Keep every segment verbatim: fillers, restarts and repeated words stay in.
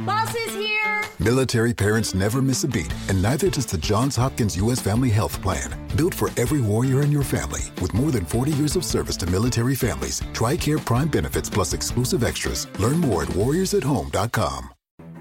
Bus is here! Military parents never miss a beat, and neither does the Johns Hopkins U S Family Health Plan. Built for every warrior in your family, with more than forty years of service to military families, TRICARE Prime benefits plus exclusive extras. Learn more at warriors at home dot com.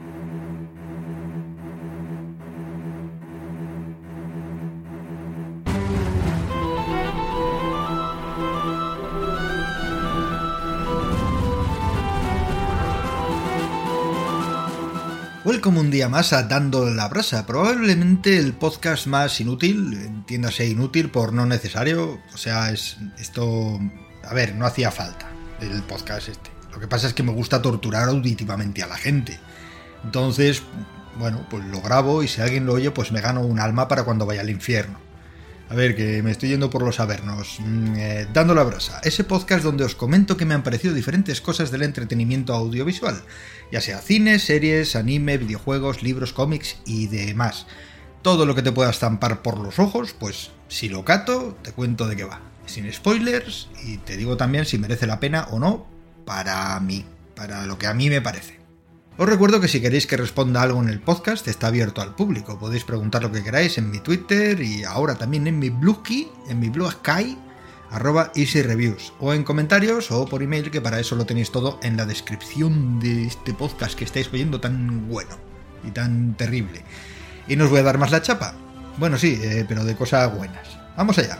Welcome un día más a Dando la Brasa, probablemente el podcast más inútil, entiéndase inútil por no necesario, o sea, es esto, a ver, no hacía falta el podcast este. Lo que pasa es que me gusta torturar auditivamente a la gente, entonces, bueno, pues lo grabo y si alguien lo oye, pues me gano un alma para cuando vaya al infierno. A ver, que me estoy yendo por los avernos. Eh, Dando la Brasa, ese podcast donde os comento que me han parecido diferentes cosas del entretenimiento audiovisual, ya sea cine, series, anime, videojuegos, libros, cómics y demás. Todo lo que te pueda estampar por los ojos, pues si lo cato, te cuento de qué va. Sin spoilers, y te digo también si merece la pena o no para mí, para lo que a mí me parece. Os recuerdo que si queréis que responda algo en el podcast, está abierto al público. Podéis preguntar lo que queráis en mi Twitter y ahora también en mi Blogky, en mi Blogky, arroba easyreviews, o en comentarios o por email, que para eso lo tenéis todo en la descripción de este podcast que estáis oyendo tan bueno y tan terrible. Y no os voy a dar más la chapa. Bueno, sí, eh, pero de cosas buenas. ¡Vamos allá!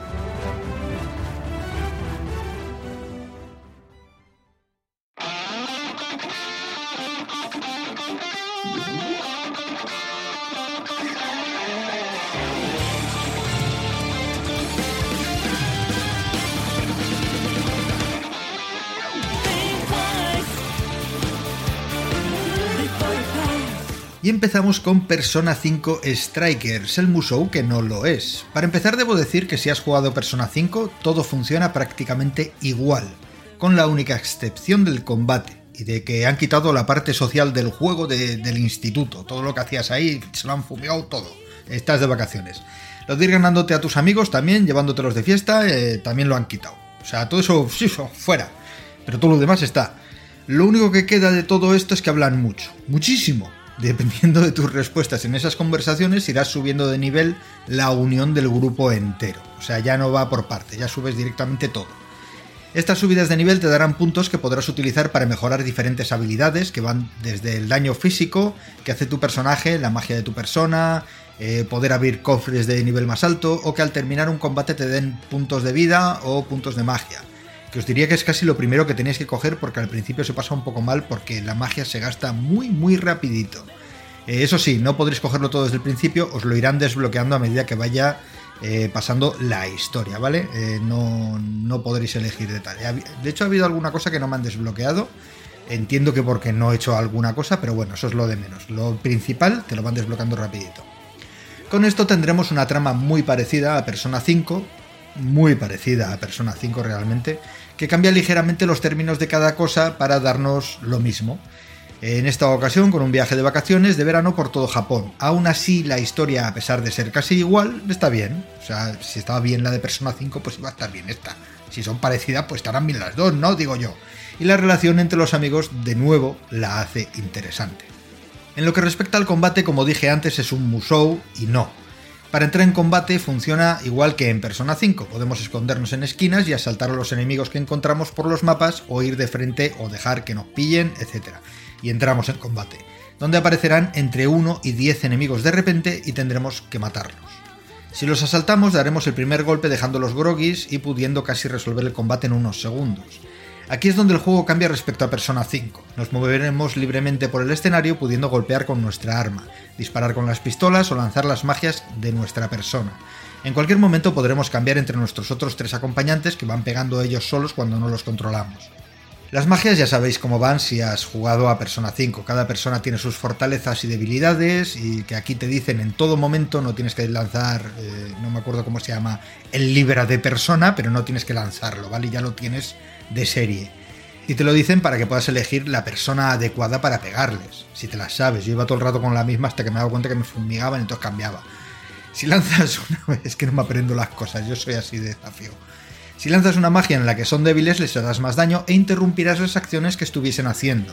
Y empezamos con Persona cinco Strikers, el Musou que no lo es. Para empezar debo decir que si has jugado Persona cinco, todo funciona prácticamente igual, con la única excepción del combate, y de que han quitado la parte social del juego de, del instituto. Todo lo que hacías ahí, se lo han fumigado todo. Estás de vacaciones. Lo de ir ganándote a tus amigos también, llevándotelos de fiesta, eh, también lo han quitado. O sea, todo eso, sí, fuera. Pero todo lo demás está. Lo único que queda de todo esto es que hablan mucho, muchísimo. Dependiendo de tus respuestas en esas conversaciones, irás subiendo de nivel la unión del grupo entero. O sea, ya no va por parte, ya subes directamente todo. Estas subidas de nivel te darán puntos que podrás utilizar para mejorar diferentes habilidades que van desde el daño físico que hace tu personaje, la magia de tu persona, eh, poder abrir cofres de nivel más alto, o que al terminar un combate te den puntos de vida o puntos de magia. Que os diría que es casi lo primero que tenéis que coger, porque al principio se pasa un poco mal porque la magia se gasta muy muy rapidito. Eh, eso sí, no podréis cogerlo todo desde el principio, os lo irán desbloqueando a medida que vaya eh, pasando la historia, ¿vale? Eh, no, no podréis elegir detalle. De hecho ha habido alguna cosa que no me han desbloqueado, entiendo que porque no he hecho alguna cosa, pero bueno, eso es lo de menos. Lo principal te lo van desbloqueando rapidito. Con esto tendremos una trama muy parecida a Persona cinco, muy parecida a Persona cinco realmente, que cambia ligeramente los términos de cada cosa para darnos lo mismo. En esta ocasión con un viaje de vacaciones de verano por todo Japón. Aún así la historia, a pesar de ser casi igual, está bien. O sea, si estaba bien la de Persona cinco, pues iba a estar bien esta. Si son parecidas, pues estarán bien las dos, ¿no? Digo yo. Y la relación entre los amigos, de nuevo, la hace interesante. En lo que respecta al combate, como dije antes, es un Musou y no. Para entrar en combate funciona igual que en Persona cinco, podemos escondernos en esquinas y asaltar a los enemigos que encontramos por los mapas, o ir de frente o dejar que nos pillen, etcétera. Y entramos en combate, donde aparecerán entre uno y diez enemigos de repente y tendremos que matarlos. Si los asaltamos daremos el primer golpe dejándolos groggies y pudiendo casi resolver el combate en unos segundos. Aquí es donde el juego cambia respecto a Persona cinco. Nos moveremos libremente por el escenario pudiendo golpear con nuestra arma, disparar con las pistolas o lanzar las magias de nuestra persona. En cualquier momento podremos cambiar entre nuestros otros tres acompañantes que van pegando ellos solos cuando no los controlamos. Las magias ya sabéis cómo van si has jugado a Persona cinco. Cada persona tiene sus fortalezas y debilidades y que aquí te dicen en todo momento, no tienes que lanzar, eh, no me acuerdo cómo se llama, el libra de persona, pero no tienes que lanzarlo, ¿vale? Ya lo tienes de serie. Y te lo dicen para que puedas elegir la persona adecuada para pegarles, si te las sabes. Yo iba todo el rato con la misma hasta que me he dado cuenta que me fumigaban y entonces cambiaba. Si lanzas una... es que no me aprendo las cosas, yo soy así de desafío. Si lanzas una magia en la que son débiles, les harás más daño e interrumpirás las acciones que estuviesen haciendo.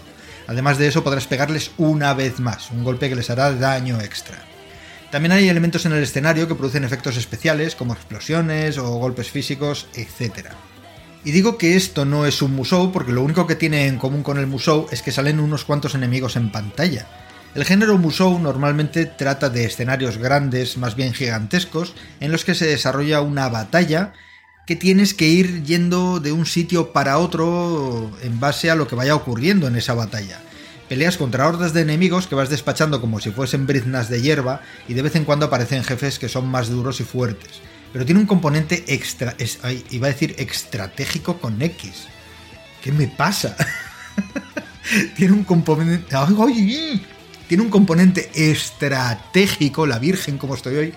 Además de eso podrás pegarles una vez más, un golpe que les hará daño extra. También hay elementos en el escenario que producen efectos especiales como explosiones o golpes físicos, etcétera. Y digo que esto no es un Musou porque lo único que tiene en común con el Musou es que salen unos cuantos enemigos en pantalla. El género Musou normalmente trata de escenarios grandes, más bien gigantescos, en los que se desarrolla una batalla que tienes que ir yendo de un sitio para otro en base a lo que vaya ocurriendo en esa batalla. Peleas contra hordas de enemigos que vas despachando como si fuesen briznas de hierba y de vez en cuando aparecen jefes que son más duros y fuertes. Pero tiene un componente extra... Es, ay, iba a decir estratégico con X. ¿Qué me pasa? Tiene un componente... Ay, ay, tiene un componente estratégico, la virgen como estoy hoy,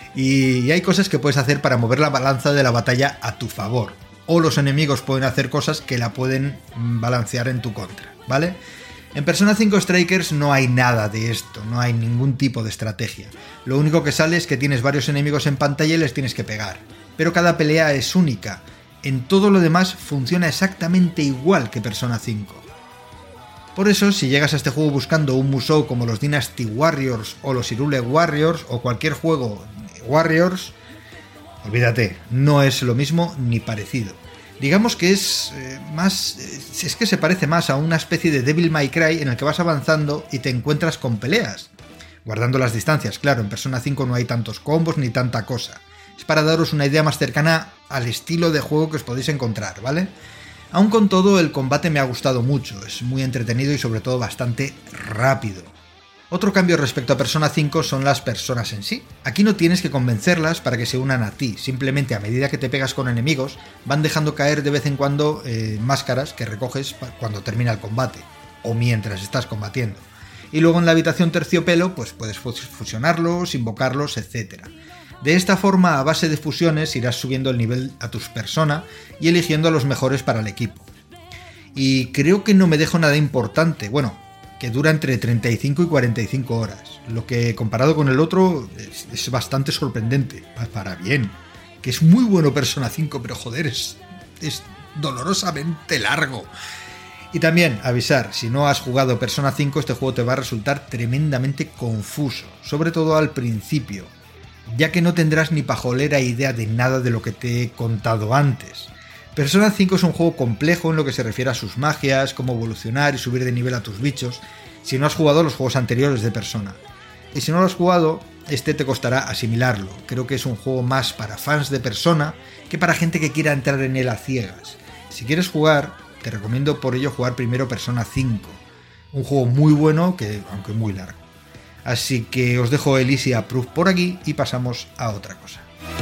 y hay cosas que puedes hacer para mover la balanza de la batalla a tu favor. O los enemigos pueden hacer cosas que la pueden balancear en tu contra, ¿vale? En Persona cinco Strikers no hay nada de esto, no hay ningún tipo de estrategia. Lo único que sale es que tienes varios enemigos en pantalla y les tienes que pegar. Pero cada pelea es única. En todo lo demás funciona exactamente igual que Persona cinco. Por eso, si llegas a este juego buscando un Musou como los Dynasty Warriors o los Hyrule Warriors o cualquier juego Warriors, olvídate, no es lo mismo ni parecido. Digamos que es eh, más... Eh, es que se parece más a una especie de Devil May Cry en el que vas avanzando y te encuentras con peleas. Guardando las distancias, claro, en Persona cinco no hay tantos combos ni tanta cosa. Es para daros una idea más cercana al estilo de juego que os podéis encontrar, ¿vale? Aún con todo, el combate me ha gustado mucho, es muy entretenido y sobre todo bastante rápido. Otro cambio respecto a Persona cinco son las personas en sí. Aquí no tienes que convencerlas para que se unan a ti, simplemente a medida que te pegas con enemigos van dejando caer de vez en cuando eh, máscaras que recoges cuando termina el combate, o mientras estás combatiendo. Y luego en la habitación terciopelo pues puedes fusionarlos, invocarlos, etcétera. De esta forma, a base de fusiones, irás subiendo el nivel a tus personas y eligiendo a los mejores para el equipo. Y creo que no me dejo nada importante, bueno, que dura entre treinta y cinco y cuarenta y cinco horas, lo que comparado con el otro es, es bastante sorprendente, para bien, que es muy bueno Persona cinco, pero joder, es, es dolorosamente largo. Y también avisar, si no has jugado Persona cinco, este juego te va a resultar tremendamente confuso, sobre todo al principio, ya que no tendrás ni pajolera idea de nada de lo que te he contado antes. Persona cinco es un juego complejo en lo que se refiere a sus magias, cómo evolucionar y subir de nivel a tus bichos, si no has jugado los juegos anteriores de Persona. Y si no lo has jugado, este te costará asimilarlo. Creo que es un juego más para fans de Persona que para gente que quiera entrar en él a ciegas. Si quieres jugar, te recomiendo por ello jugar primero Persona cinco. Un juego muy bueno, que aunque muy largo. Así que os dejo el Easy Approve por aquí y pasamos a otra cosa.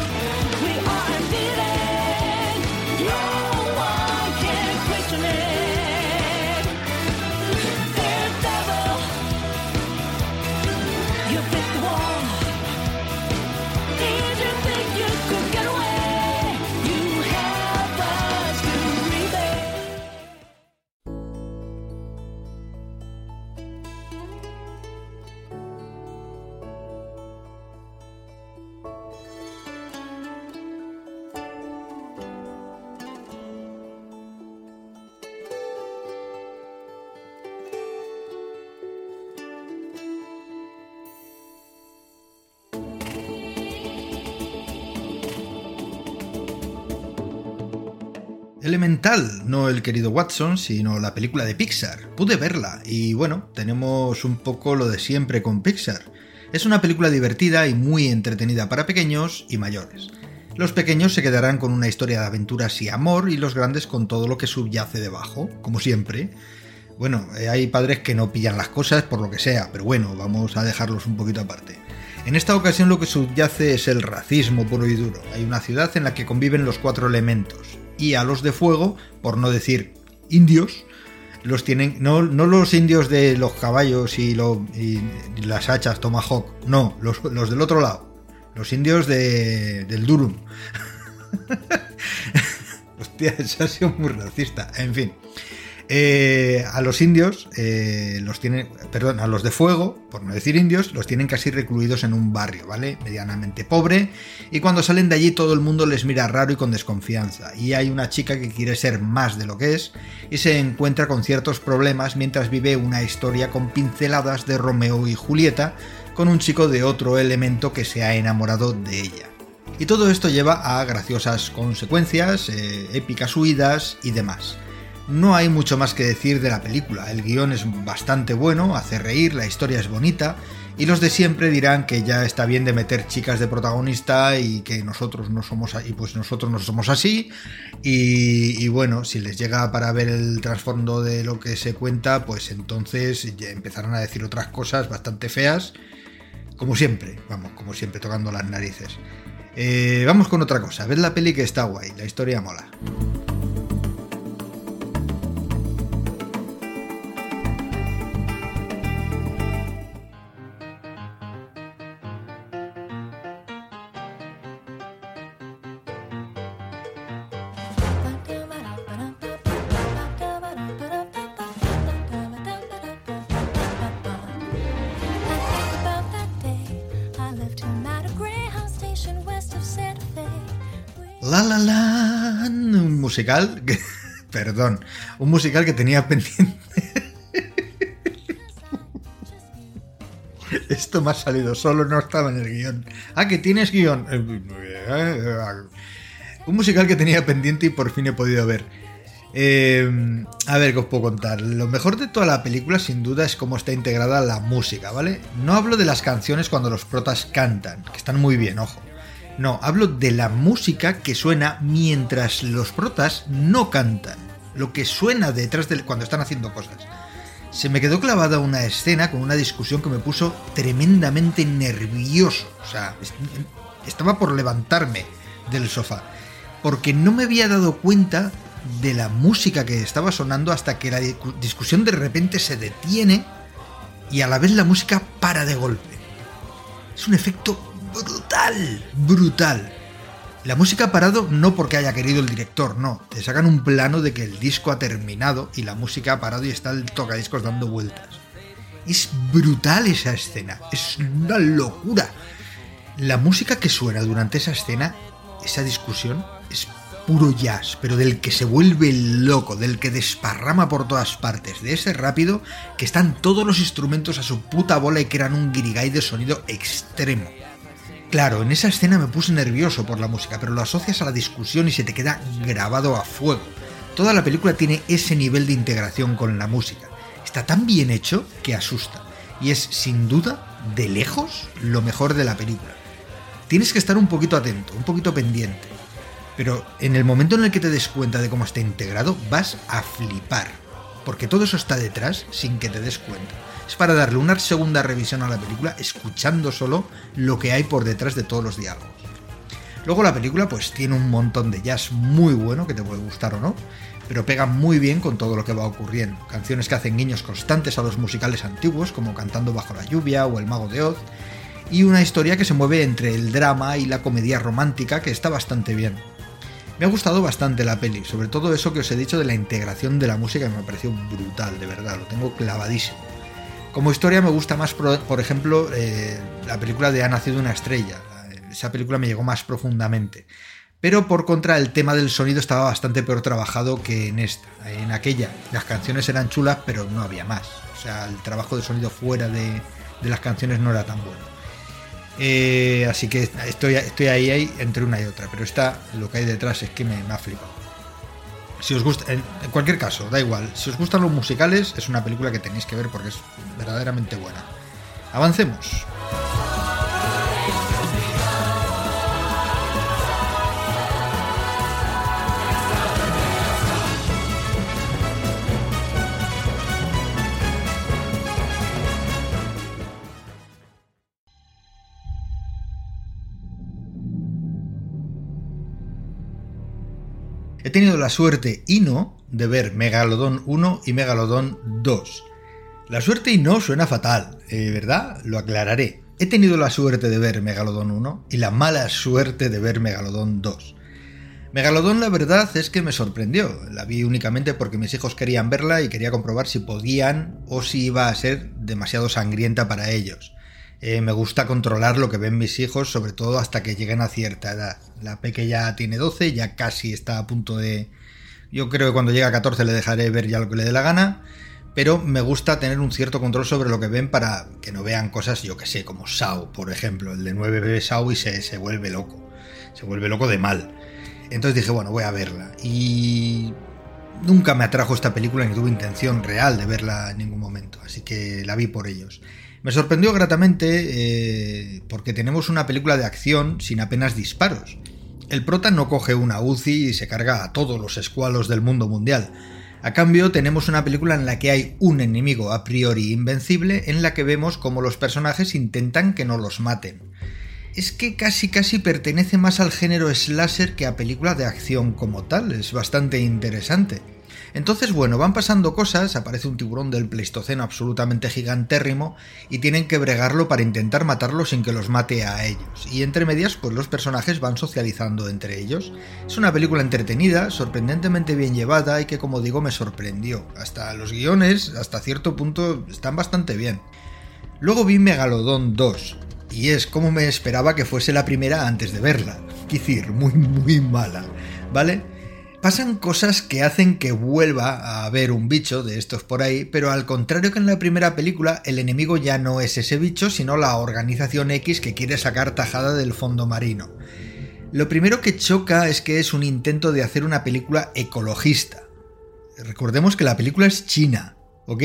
Elemental, no el querido Watson, sino la película de Pixar. Pude verla y bueno, tenemos un poco lo de siempre con Pixar. Es una película divertida y muy entretenida para pequeños y mayores. Los pequeños se quedarán con una historia de aventuras y amor y los grandes con todo lo que subyace debajo, como siempre. Bueno, hay padres que no pillan las cosas por lo que sea, pero bueno, vamos a dejarlos un poquito aparte. En esta ocasión lo que subyace es el racismo puro y duro. Hay una ciudad en la que conviven los cuatro elementos. Y a los de fuego, por no decir indios, los tienen, no, no los indios de los caballos y, lo, y, y las hachas Tomahawk, no, los, los del otro lado, los indios de, del Durum. Hostia, eso ha sido muy racista, en fin. Eh, a los indios eh, los tienen, perdón, a los de fuego, por no decir indios, los tienen casi recluidos en un barrio, ¿vale? Medianamente pobre, y cuando salen de allí todo el mundo les mira raro y con desconfianza, y hay una chica que quiere ser más de lo que es y se encuentra con ciertos problemas mientras vive una historia con pinceladas de Romeo y Julieta con un chico de otro elemento que se ha enamorado de ella. Y todo esto lleva a graciosas consecuencias, eh, épicas huidas y demás. No hay mucho más que decir de la película, el guión es bastante bueno, hace reír, la historia es bonita, y los de siempre dirán que ya está bien de meter chicas de protagonista y que nosotros no somos así, pues nosotros no somos así, y, y bueno, si les llega para ver el trasfondo de lo que se cuenta, pues entonces ya empezarán a decir otras cosas bastante feas, como siempre, vamos, como siempre, tocando las narices. Eh, vamos con otra cosa, ved la peli que está guay, la historia mola. La La Land, un musical, que, perdón, un musical que tenía pendiente. Esto me ha salido solo, no estaba en el guión. Ah, que tienes guión. Un musical que tenía pendiente y por fin he podido ver. Eh, a ver, ¿qué os puedo contar? Lo mejor de toda la película, sin duda, es cómo está integrada la música, ¿vale? No hablo de las canciones cuando los protas cantan, que están muy bien, ojo. No, hablo de la música que suena mientras los protas no cantan. Lo que suena detrás de cuando están haciendo cosas. Se me quedó clavada una escena con una discusión que me puso tremendamente nervioso. O sea, estaba por levantarme del sofá. Porque no me había dado cuenta de la música que estaba sonando hasta que la discusión de repente se detiene y a la vez la música para de golpe. Es un efecto brutal, brutal. La música ha parado no porque haya querido el director, no. Te sacan un plano de que el disco ha terminado y la música ha parado y está el tocadiscos dando vueltas. Es brutal esa escena, es una locura. La música que suena durante esa escena, esa discusión, es puro jazz, pero del que se vuelve loco, del que desparrama por todas partes, de ese rápido que están todos los instrumentos a su puta bola y crean un guirigay de sonido extremo. Claro, en esa escena me puse nervioso por la música, pero lo asocias a la discusión y se te queda grabado a fuego. Toda la película tiene ese nivel de integración con la música. Está tan bien hecho que asusta. Y es, sin duda, de lejos, lo mejor de la película. Tienes que estar un poquito atento, un poquito pendiente. Pero en el momento en el que te des cuenta de cómo está integrado, vas a flipar. Porque todo eso está detrás sin que te des cuenta. Es para darle una segunda revisión a la película escuchando solo lo que hay por detrás de todos los diálogos. Luego la película pues tiene un montón de jazz muy bueno, que te puede gustar o no, pero pega muy bien con todo lo que va ocurriendo. Canciones que hacen guiños constantes a los musicales antiguos, como Cantando bajo la lluvia o El mago de Oz, y una historia que se mueve entre el drama y la comedia romántica, que está bastante bien. Me ha gustado bastante la peli, sobre todo eso que os he dicho de la integración de la música, que me pareció brutal, de verdad, lo tengo clavadísimo. Como historia me gusta más, por ejemplo, eh, la película de Ha nacido una estrella. Esa película me llegó más profundamente. Pero por contra, el tema del sonido estaba bastante peor trabajado que en esta. En aquella, las canciones eran chulas, pero no había más. O sea, el trabajo de sonido fuera de, de las canciones no era tan bueno. Eh, así que estoy, estoy ahí, ahí entre una y otra. Pero esta, lo que hay detrás es que me, me ha flipado. Si os gusta, en, en cualquier caso, da igual. Si os gustan los musicales, es una película que tenéis que ver porque es verdaderamente buena. Avancemos. He tenido la suerte y no de ver Megalodón uno y Megalodón dos. La suerte y no suena fatal, eh, ¿verdad? Lo aclararé. He tenido la suerte de ver Megalodón uno y la mala suerte de ver Megalodón dos. Megalodón, la verdad es que me sorprendió. La vi únicamente porque mis hijos querían verla y quería comprobar si podían o si iba a ser demasiado sangrienta para ellos. Eh, me gusta controlar lo que ven mis hijos, sobre todo hasta que lleguen a cierta edad. La peque ya tiene doce, ya casi está a punto de... Yo creo que cuando llegue a catorce le dejaré ver ya lo que le dé la gana, pero me gusta tener un cierto control sobre lo que ven para que no vean cosas, yo que sé, como Saw, por ejemplo. El de nueve ve Saw y se, se vuelve loco. Se vuelve loco de mal. Entonces dije, bueno, voy a verla. Y nunca me atrajo esta película ni tuve intención real de verla en ningún momento. Así que la vi por ellos. Me sorprendió gratamente eh, porque tenemos una película de acción sin apenas disparos. El prota no coge una U Z I y se carga a todos los escualos del mundo mundial. A cambio, tenemos una película en la que hay un enemigo a priori invencible, en la que vemos cómo los personajes intentan que no los maten. Es que casi casi pertenece más al género slasher que a película de acción como tal, es bastante interesante. Entonces, bueno, van pasando cosas, aparece un tiburón del Pleistoceno absolutamente gigantérrimo y tienen que bregarlo para intentar matarlo sin que los mate a ellos. Y entre medias, pues los personajes van socializando entre ellos. Es una película entretenida, sorprendentemente bien llevada y que, como digo, me sorprendió. Hasta los guiones, hasta cierto punto, están bastante bien. Luego vi Megalodón dos. Y es como me esperaba que fuese la primera antes de verla. Es decir, muy muy mala, ¿vale? Pasan cosas que hacen que vuelva a haber un bicho de estos por ahí, pero al contrario que en la primera película, el enemigo ya no es ese bicho, sino la organización X que quiere sacar tajada del fondo marino. Lo primero que choca es que es un intento de hacer una película ecologista. Recordemos que la película es china, ¿ok?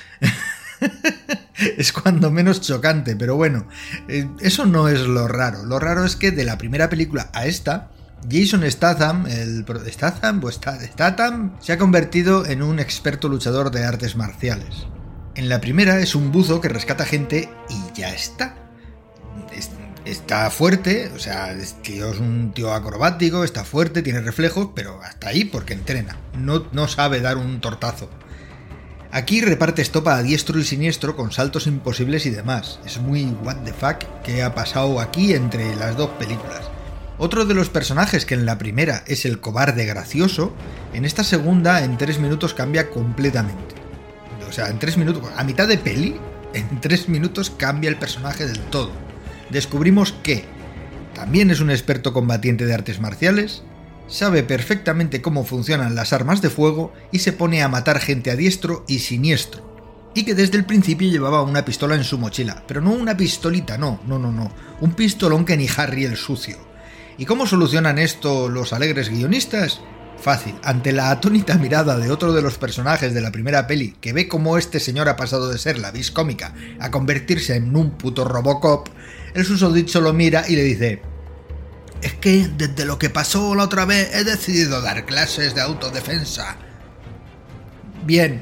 Es cuando menos chocante, pero bueno, eso no es lo raro. Lo raro es que de la primera película a esta, Jason Statham, el Statham, o Statham se ha convertido en un experto luchador de artes marciales. En la primera es un buzo que rescata gente y ya está. Es, está fuerte, o sea, es, tío, es un tío acrobático, está fuerte, tiene reflejos, pero hasta ahí porque entrena. No, no sabe dar un tortazo. Aquí reparte estopa a diestro y siniestro con saltos imposibles y demás. Es muy what the fuck que ha pasado aquí entre las dos películas. Otro de los personajes que en la primera es el cobarde gracioso, en esta segunda en tres minutos cambia completamente. O sea, en tres minutos, a mitad de peli, en tres minutos cambia el personaje del todo. Descubrimos que también es un experto combatiente de artes marciales, sabe perfectamente cómo funcionan las armas de fuego y se pone a matar gente a diestro y siniestro. Y que desde el principio llevaba una pistola en su mochila, pero no una pistolita, no, no, no, no, un pistolón que ni Harry el sucio. ¿Y cómo solucionan esto los alegres guionistas? Fácil, ante la atónita mirada de otro de los personajes de la primera peli, que ve cómo este señor ha pasado de ser la vis cómica a convertirse en un puto Robocop, el susodicho lo mira y le dice: es que desde lo que pasó la otra vez he decidido dar clases de autodefensa. Bien.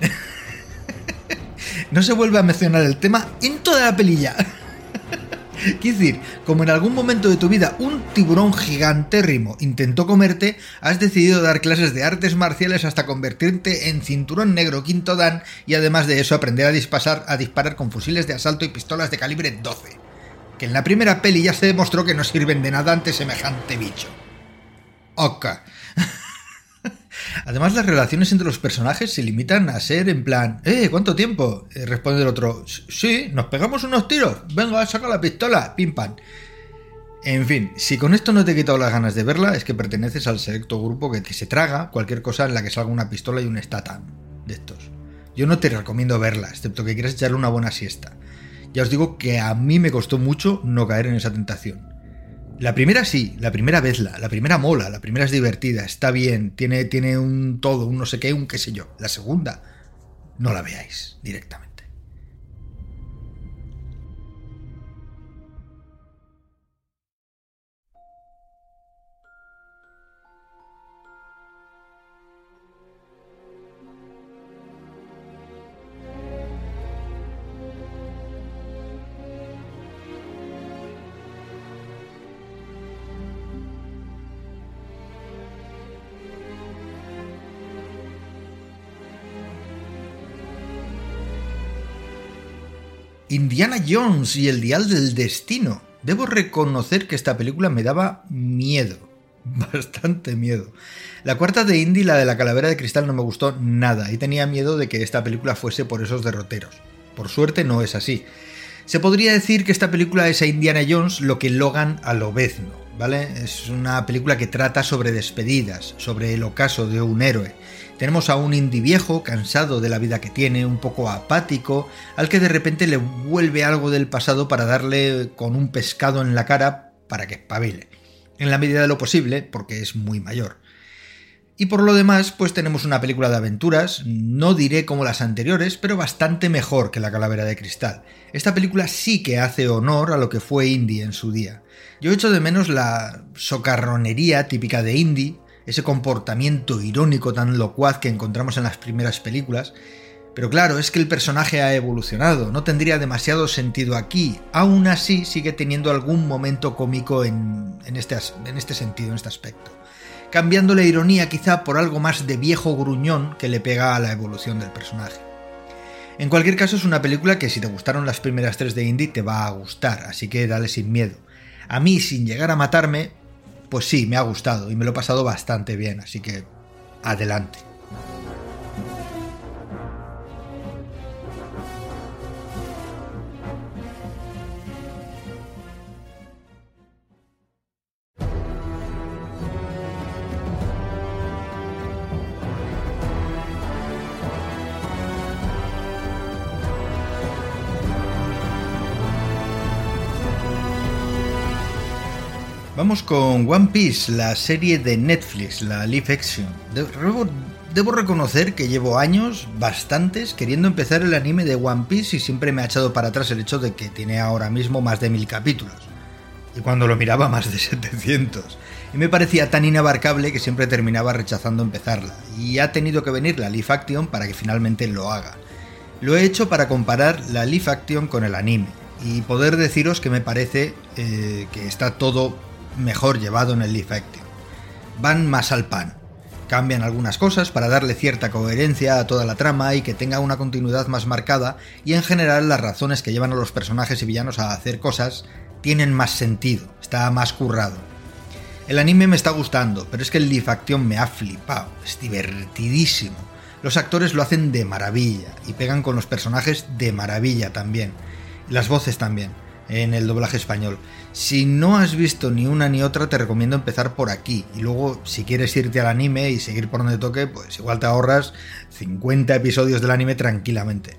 No se vuelve a mencionar el tema en toda la pelilla. Quiero decir, como en algún momento de tu vida un tiburón gigantérrimo intentó comerte, has decidido dar clases de artes marciales hasta convertirte en cinturón negro quinto dan y además de eso aprender a disparar, a disparar con fusiles de asalto y pistolas de calibre doce. Que en la primera peli ya se demostró que no sirven de nada ante semejante bicho. Oca. Además, las relaciones entre los personajes se limitan a ser en plan: ¡eh, cuánto tiempo! Eh, responde el otro: sí, nos pegamos unos tiros, venga, saca la pistola, pim pam. En fin, si con esto no te he quitado las ganas de verla, es que perteneces al selecto grupo que, que se traga cualquier cosa en la que salga una pistola y un Statham de estos. Yo no te recomiendo verla, excepto que quieras echarle una buena siesta. Ya os digo que a mí me costó mucho no caer en esa tentación. La primera sí, la primera vedla, la primera mola, la primera es divertida, está bien, tiene, tiene un todo, un no sé qué, un qué sé yo. La segunda, no la veáis directamente. Indiana Jones y el dial del destino. Debo reconocer que esta película me daba miedo. bastante miedo. La cuarta de Indy, la de la calavera de cristal, no me gustó nada y tenía miedo de que esta película fuese por esos derroteros. Por suerte no es así. Se podría decir que esta película es a Indiana Jones lo que Logan a Lobezno, ¿vale? Es una película que trata sobre despedidas, sobre el ocaso de un héroe. Tenemos a un Indy viejo, cansado de la vida que tiene, un poco apático, al que de repente le vuelve algo del pasado para darle con un pescado en la cara para que espabile. En la medida de lo posible, porque es muy mayor. Y por lo demás, pues tenemos una película de aventuras, no diré como las anteriores, pero bastante mejor que La calavera de cristal. Esta película sí que hace honor a lo que fue Indy en su día. Yo echo de menos la socarronería típica de Indy, ese comportamiento irónico tan locuaz que encontramos en las primeras películas, pero claro, es que el personaje ha evolucionado, no tendría demasiado sentido aquí, aún así sigue teniendo algún momento cómico en, en, este, en este sentido, en este aspecto. Cambiando la ironía quizá por algo más de viejo gruñón que le pega a la evolución del personaje. En cualquier caso es una película que si te gustaron las primeras tres de Indy te va a gustar, así que dale sin miedo. A mí, sin llegar a matarme, pues sí, me ha gustado y me lo he pasado bastante bien, así que adelante. Vamos con One Piece, la serie de Netflix, la live action. Debo, debo reconocer que llevo años, bastantes, queriendo empezar el anime de One Piece y siempre me ha echado para atrás el hecho de que tiene ahora mismo más de mil capítulos. Y cuando lo miraba más de setecientos. Y me parecía tan inabarcable que siempre terminaba rechazando empezarla. Y ha tenido que venir la live action para que finalmente lo haga. Lo he hecho para comparar la live action con el anime y poder deciros que me parece eh, que está todo mejor llevado en el live action. Van más al pan. Cambian algunas cosas para darle cierta coherencia a toda la trama y que tenga una continuidad más marcada, y en general las razones que llevan a los personajes y villanos a hacer cosas tienen más sentido, está más currado. El anime me está gustando, pero es que el live action me ha flipado, es divertidísimo. Los actores lo hacen de maravilla y pegan con los personajes de maravilla también. Las voces también, en el doblaje español. Si no has visto ni una ni otra, te recomiendo empezar por aquí. Y luego, si quieres irte al anime y seguir por donde toque, pues igual te ahorras cincuenta episodios del anime tranquilamente.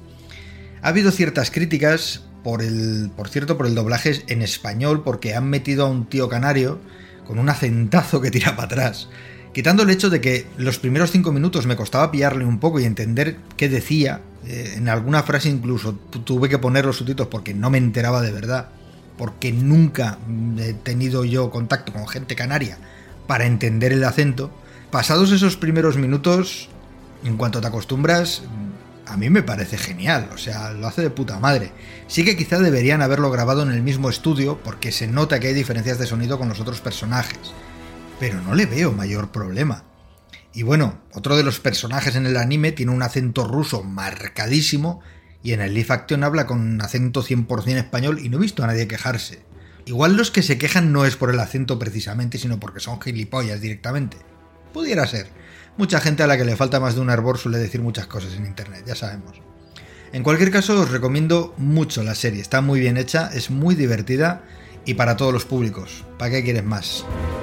Ha habido ciertas críticas, por el, por cierto, por el doblaje en español, porque han metido a un tío canario con un acentazo que tira para atrás. Quitando el hecho de que los primeros cinco minutos me costaba pillarle un poco y entender qué decía, eh, en alguna frase incluso tuve que poner los subtítulos porque no me enteraba de verdad, porque nunca he tenido yo contacto con gente canaria para entender el acento. Pasados esos primeros minutos, en cuanto te acostumbras, a mí me parece genial, o sea, lo hace de puta madre. Sí que quizá deberían haberlo grabado en el mismo estudio porque se nota que hay diferencias de sonido con los otros personajes, pero no le veo mayor problema. Y bueno, otro de los personajes en el anime tiene un acento ruso marcadísimo y en el live action habla con acento cien por ciento español y no he visto a nadie quejarse. Igual los que se quejan no es por el acento precisamente, sino porque son gilipollas directamente. Pudiera ser. Mucha gente a la que le falta más de un hervor suele decir muchas cosas en internet, ya sabemos. En cualquier caso, os recomiendo mucho la serie. Está muy bien hecha, es muy divertida y para todos los públicos. ¿Para qué quieres más?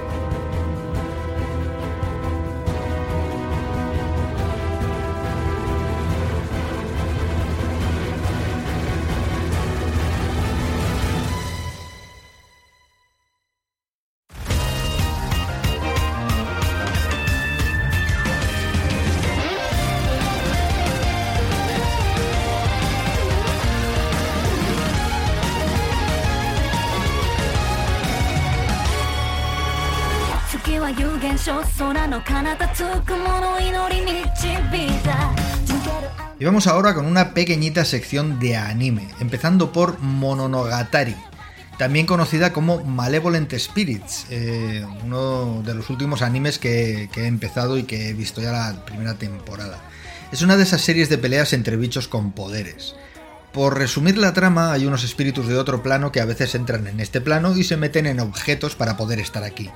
Y vamos ahora con una pequeñita sección de anime, empezando por Mononogatari, también conocida como Malevolent Spirits, eh, uno de los últimos animes que, que he empezado y que he visto ya la primera temporada. Es una de esas series de peleas entre bichos con poderes. Por resumir la trama, hay unos espíritus de otro plano que a veces entran en este plano y se meten en objetos para poder estar aquí.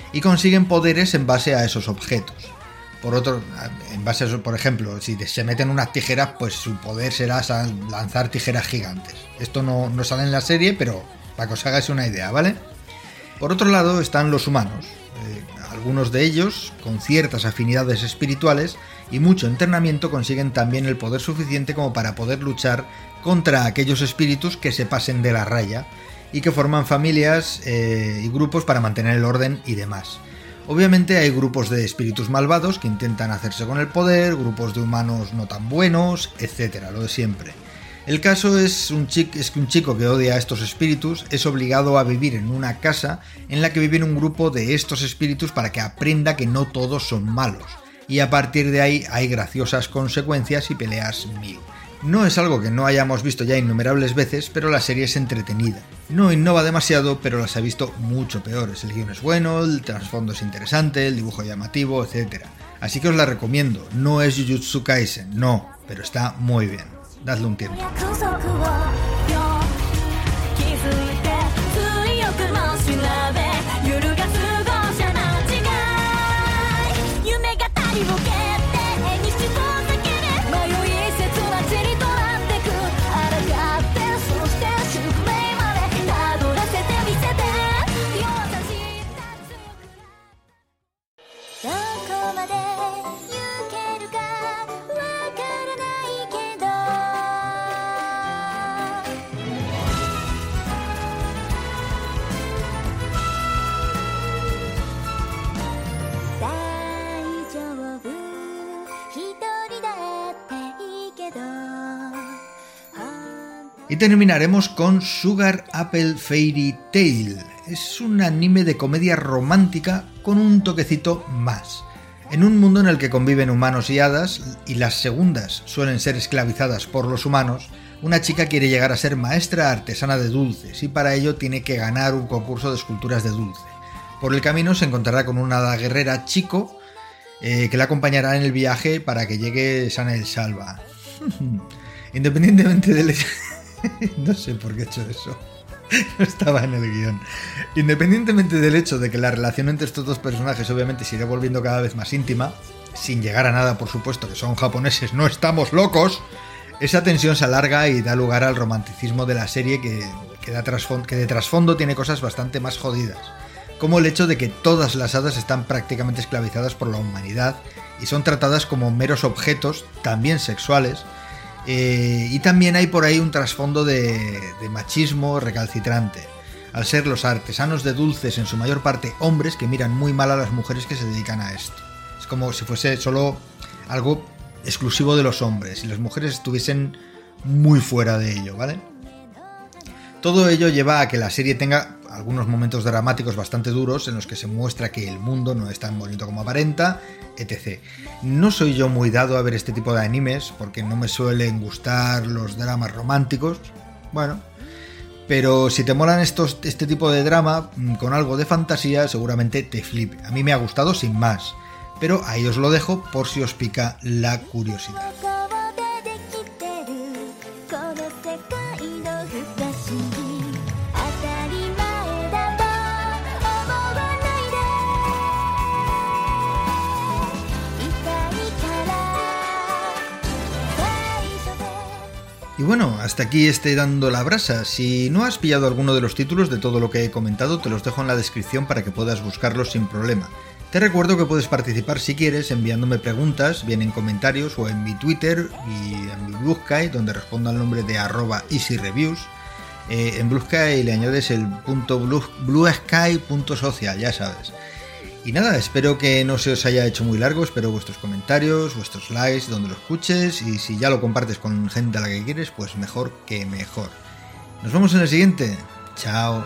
y consiguen poderes en base a esos objetos. Por otro, en base a eso, por ejemplo, si se meten unas tijeras, pues su poder será lanzar tijeras gigantes. Esto no, no sale en la serie, pero para que os hagáis una idea, ¿vale? Por otro lado están los humanos, eh, algunos de ellos con ciertas afinidades espirituales y mucho entrenamiento consiguen también el poder suficiente como para poder luchar contra aquellos espíritus que se pasen de la raya y que forman familias eh, y grupos para mantener el orden y demás. Obviamente hay grupos de espíritus malvados que intentan hacerse con el poder, grupos de humanos no tan buenos, etcétera, lo de siempre. El caso es, un chico, es que un chico que odia a estos espíritus es obligado a vivir en una casa en la que vive un grupo de estos espíritus para que aprenda que no todos son malos. Y a partir de ahí hay graciosas consecuencias y peleas mil. No es algo que no hayamos visto ya innumerables veces, pero la serie es entretenida. No innova demasiado, pero las ha visto mucho peores. El guion es bueno, el trasfondo es interesante, el dibujo llamativo, etcétera. Así que os la recomiendo. No es Jujutsu Kaisen, no, pero está muy bien. Dadle un tiempo. Y terminaremos con Sugar Apple Fairy Tail. Es un anime de comedia romántica con un toquecito más. En un mundo en el que conviven humanos y hadas, y las segundas suelen ser esclavizadas por los humanos, una chica quiere llegar a ser maestra artesana de dulces y para ello tiene que ganar un concurso de esculturas de dulce. Por el camino se encontrará con una hada guerrera chico eh, que la acompañará en el viaje para que llegue sana y salva. Independientemente del... No sé por qué he hecho eso. No estaba en el guión. Independientemente del hecho de que la relación entre estos dos personajes obviamente se irá volviendo cada vez más íntima, sin llegar a nada, por supuesto, que son japoneses, no estamos locos, esa tensión se alarga y da lugar al romanticismo de la serie que, que, da trasfondo, que de trasfondo tiene cosas bastante más jodidas, como el hecho de que todas las hadas están prácticamente esclavizadas por la humanidad y son tratadas como meros objetos, también sexuales. Eh, y también hay por ahí un trasfondo de, de machismo recalcitrante, al ser los artesanos de dulces en su mayor parte hombres que miran muy mal a las mujeres que se dedican a esto. Es como si fuese solo algo exclusivo de los hombres y las mujeres estuviesen muy fuera de ello, ¿vale? Todo ello lleva a que la serie tenga algunos momentos dramáticos bastante duros en los que se muestra que el mundo no es tan bonito como aparenta, etcétera. No soy yo muy dado a ver este tipo de animes porque no me suelen gustar los dramas románticos, bueno, pero si te molan estos, este tipo de drama con algo de fantasía seguramente te flipe. A mí me ha gustado sin más, pero ahí os lo dejo por si os pica la curiosidad. Y bueno, hasta aquí estoy dando la brasa. Si no has pillado alguno de los títulos de todo lo que he comentado, te los dejo en la descripción para que puedas buscarlos sin problema. Te recuerdo que puedes participar si quieres enviándome preguntas, bien en comentarios o en mi Twitter y en mi Blue Sky, donde respondo al nombre de arroba easyreviews. Eh, en Blue Sky le añades el punto blue, bluesky.social, ya sabes. Y nada, espero que no se os haya hecho muy largo, espero vuestros comentarios, vuestros likes, donde lo escuches, y si ya lo compartes con gente a la que quieres, pues mejor que mejor. Nos vemos en el siguiente. Chao.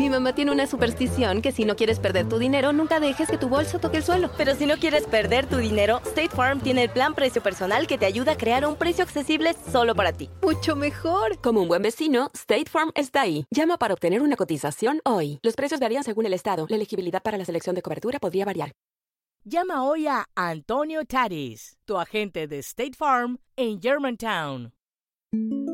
Mi mamá tiene una superstición que si no quieres perder tu dinero, nunca dejes que tu bolso toque el suelo. Pero si no quieres perder tu dinero, State Farm tiene el plan precio personal que te ayuda a crear un precio accesible solo para ti. ¡Mucho mejor! Como un buen vecino, State Farm está ahí. Llama para obtener una cotización hoy. Los precios varían según el estado. La elegibilidad para la selección de cobertura podría variar. Llama hoy a Antonio Tatis, tu agente de State Farm en Germantown.